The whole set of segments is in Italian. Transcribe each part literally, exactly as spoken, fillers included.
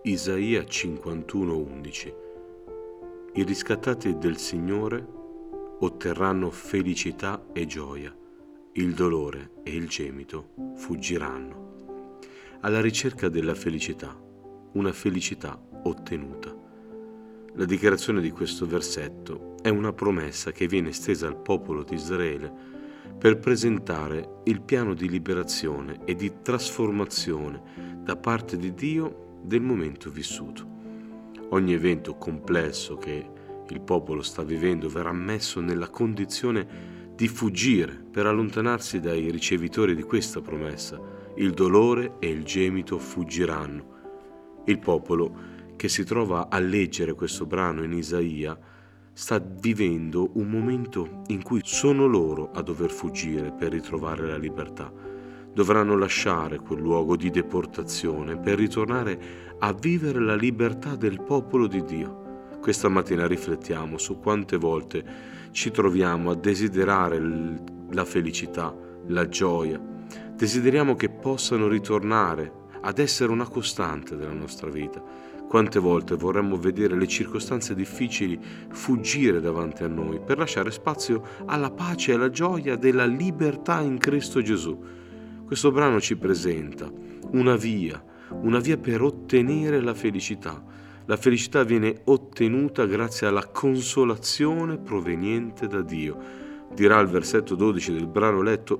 Isaia cinquantuno undici. I riscattati del Signore otterranno felicità e gioia, il dolore e il gemito fuggiranno. Alla ricerca della felicità, una felicità ottenuta. La dichiarazione di questo versetto è una promessa che viene estesa al popolo di Israele per presentare il piano di liberazione e di trasformazione da parte di Dio del momento vissuto. Ogni evento complesso che il popolo sta vivendo verrà messo nella condizione di fuggire per allontanarsi dai ricevitori di questa promessa. Il dolore e il gemito fuggiranno. Il popolo che si trova a leggere questo brano in Isaia sta vivendo un momento in cui sono loro a dover fuggire per ritrovare la libertà. Dovranno lasciare quel luogo di deportazione per ritornare a vivere la libertà del popolo di Dio. Questa mattina riflettiamo su quante volte ci troviamo a desiderare la felicità, la gioia. Desideriamo che possano ritornare ad essere una costante della nostra vita. Quante volte vorremmo vedere le circostanze difficili fuggire davanti a noi per lasciare spazio alla pace e alla gioia della libertà in Cristo Gesù. Questo brano ci presenta una via, una via per ottenere la felicità. La felicità viene ottenuta grazie alla consolazione proveniente da Dio. Dirà il versetto dodici del brano letto: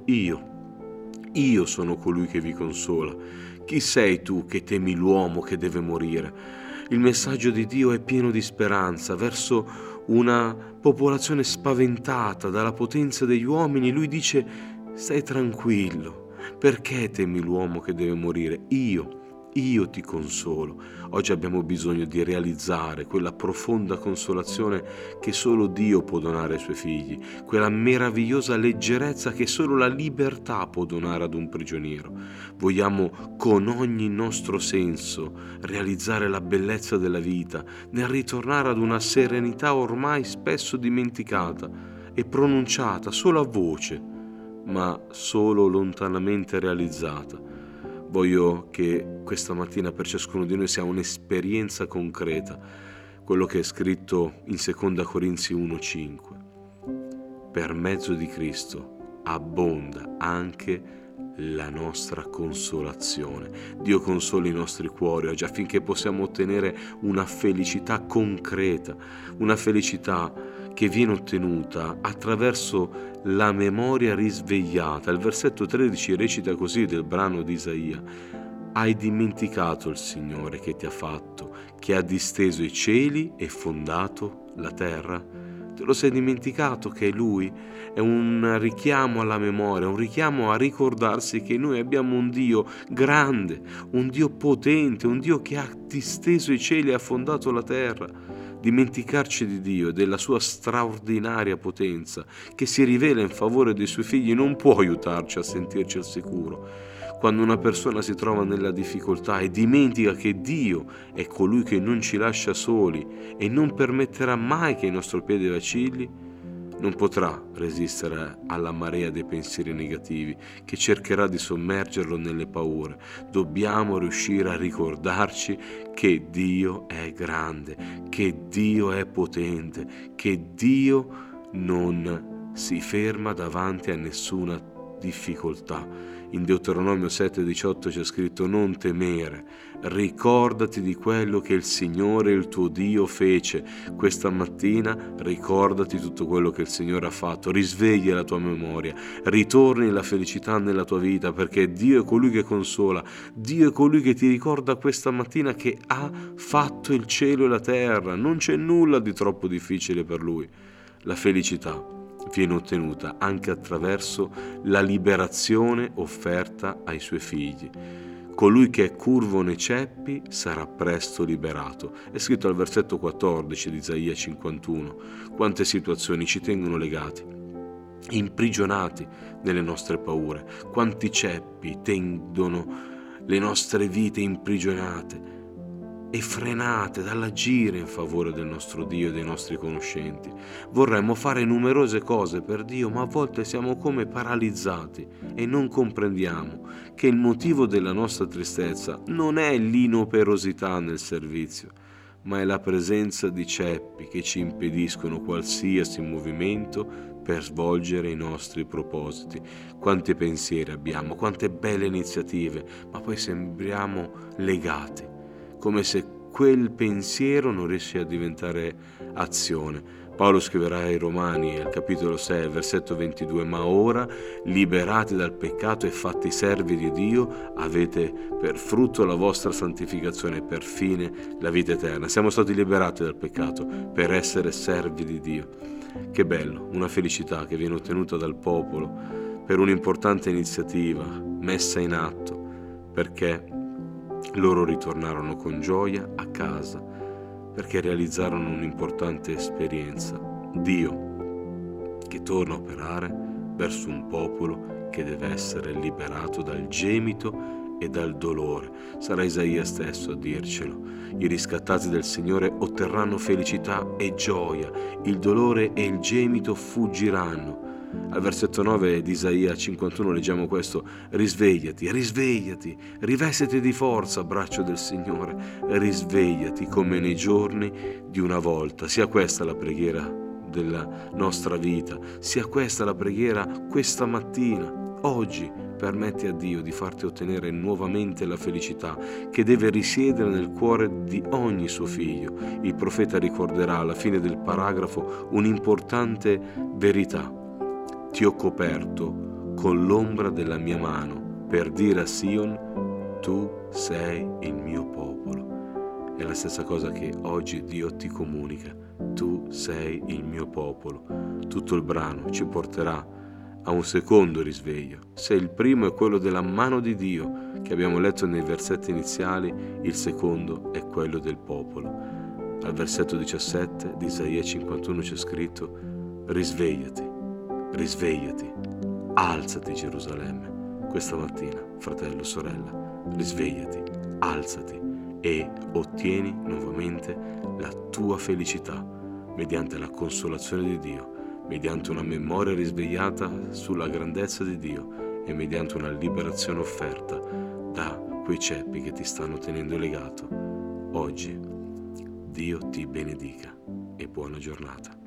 Io, io sono colui che vi consola. Chi sei tu che temi l'uomo che deve morire? Il messaggio di Dio è pieno di speranza verso una popolazione spaventata dalla potenza degli uomini. Lui dice: stai tranquillo. Perché temi l'uomo che deve morire? Io, io ti consolo. Oggi abbiamo bisogno di realizzare quella profonda consolazione che solo Dio può donare ai suoi figli, quella meravigliosa leggerezza che solo la libertà può donare ad un prigioniero. Vogliamo con ogni nostro senso realizzare la bellezza della vita, nel ritornare ad una serenità ormai spesso dimenticata e pronunciata solo a voce, ma solo lontanamente realizzata. Voglio che questa mattina per ciascuno di noi sia un'esperienza concreta, quello che è scritto in seconda Corinzi uno cinque. Per mezzo di Cristo abbonda anche la nostra consolazione. Dio consola i nostri cuori oggi affinché possiamo ottenere una felicità concreta, una felicità che viene ottenuta attraverso la memoria risvegliata. Il versetto tredici recita così del brano di Isaia: hai dimenticato il Signore che ti ha fatto, che ha disteso i cieli e fondato la terra? Te lo sei dimenticato che Lui è un richiamo alla memoria, un richiamo a ricordarsi che noi abbiamo un Dio grande, un Dio potente, un Dio che ha disteso i cieli e ha fondato la terra. Dimenticarci di Dio e della sua straordinaria potenza che si rivela in favore dei suoi figli non può aiutarci a sentirci al sicuro. Quando una persona si trova nella difficoltà e dimentica che Dio è colui che non ci lascia soli e non permetterà mai che il nostro piede vacilli, non potrà resistere alla marea dei pensieri negativi che cercherà di sommergerlo nelle paure. Dobbiamo riuscire a ricordarci che Dio è grande, che Dio è potente, che Dio non si ferma davanti a nessuna difficoltà. In Deuteronomio sette diciotto c'è scritto: non temere, ricordati di quello che il Signore il tuo Dio fece. Questa mattina ricordati tutto quello che il Signore ha fatto, risveglia la tua memoria, ritorni la felicità nella tua vita, perché Dio è colui che consola, Dio è colui che ti ricorda questa mattina che ha fatto il cielo e la terra. Non c'è nulla di troppo difficile per Lui. La felicità viene ottenuta anche attraverso la liberazione offerta ai suoi figli. Colui che è curvo nei ceppi sarà presto liberato. È scritto al versetto quattordici di Isaia cinquantuno. Quante situazioni ci tengono legati, imprigionati nelle nostre paure. Quanti ceppi tendono le nostre vite imprigionate. e frenate dall'agire in favore del nostro Dio e dei nostri conoscenti. Vorremmo fare numerose cose per Dio, ma a volte siamo come paralizzati e non comprendiamo che il motivo della nostra tristezza non è l'inoperosità nel servizio, ma è la presenza di ceppi che ci impediscono qualsiasi movimento per svolgere i nostri propositi. Quanti pensieri abbiamo, quante belle iniziative, ma poi sembriamo legati, come se quel pensiero non riesce a diventare azione. Paolo scriverà ai Romani, al capitolo sei, versetto ventidue: ma ora, liberati dal peccato e fatti servi di Dio, avete per frutto la vostra santificazione e per fine la vita eterna. Siamo stati liberati dal peccato per essere servi di Dio. Che bello, una felicità che viene ottenuta dal popolo per un'importante iniziativa messa in atto, perché loro ritornarono con gioia a casa, perché realizzarono un'importante esperienza. Dio che torna a operare verso un popolo che deve essere liberato dal gemito e dal dolore. Sarà Isaia stesso a dircelo. I riscattati del Signore otterranno felicità e gioia, il dolore e il gemito fuggiranno. Al versetto nove di Isaia cinquantuno leggiamo questo: risvegliati, risvegliati, rivestiti di forza, braccio del Signore, risvegliati come nei giorni di una volta. Sia questa la preghiera della nostra vita, sia questa la preghiera questa mattina. Oggi permetti a Dio di farti ottenere nuovamente la felicità che deve risiedere nel cuore di ogni suo figlio. Il profeta ricorderà alla fine del paragrafo un'importante verità: ti ho coperto con l'ombra della mia mano per dire a Sion: tu sei il mio popolo. È la stessa cosa che oggi Dio ti comunica: tu sei il mio popolo. Tutto il brano ci porterà a un secondo risveglio. Se il primo è quello della mano di Dio che abbiamo letto nei versetti iniziali, il secondo è quello del popolo. Al versetto diciassette di Isaia cinquantuno c'è scritto: risvegliati, risvegliati, alzati Gerusalemme. Questa mattina, fratello, sorella, risvegliati, alzati e ottieni nuovamente la tua felicità mediante la consolazione di Dio, mediante una memoria risvegliata sulla grandezza di Dio e mediante una liberazione offerta da quei ceppi che ti stanno tenendo legato. Oggi Dio ti benedica e buona giornata.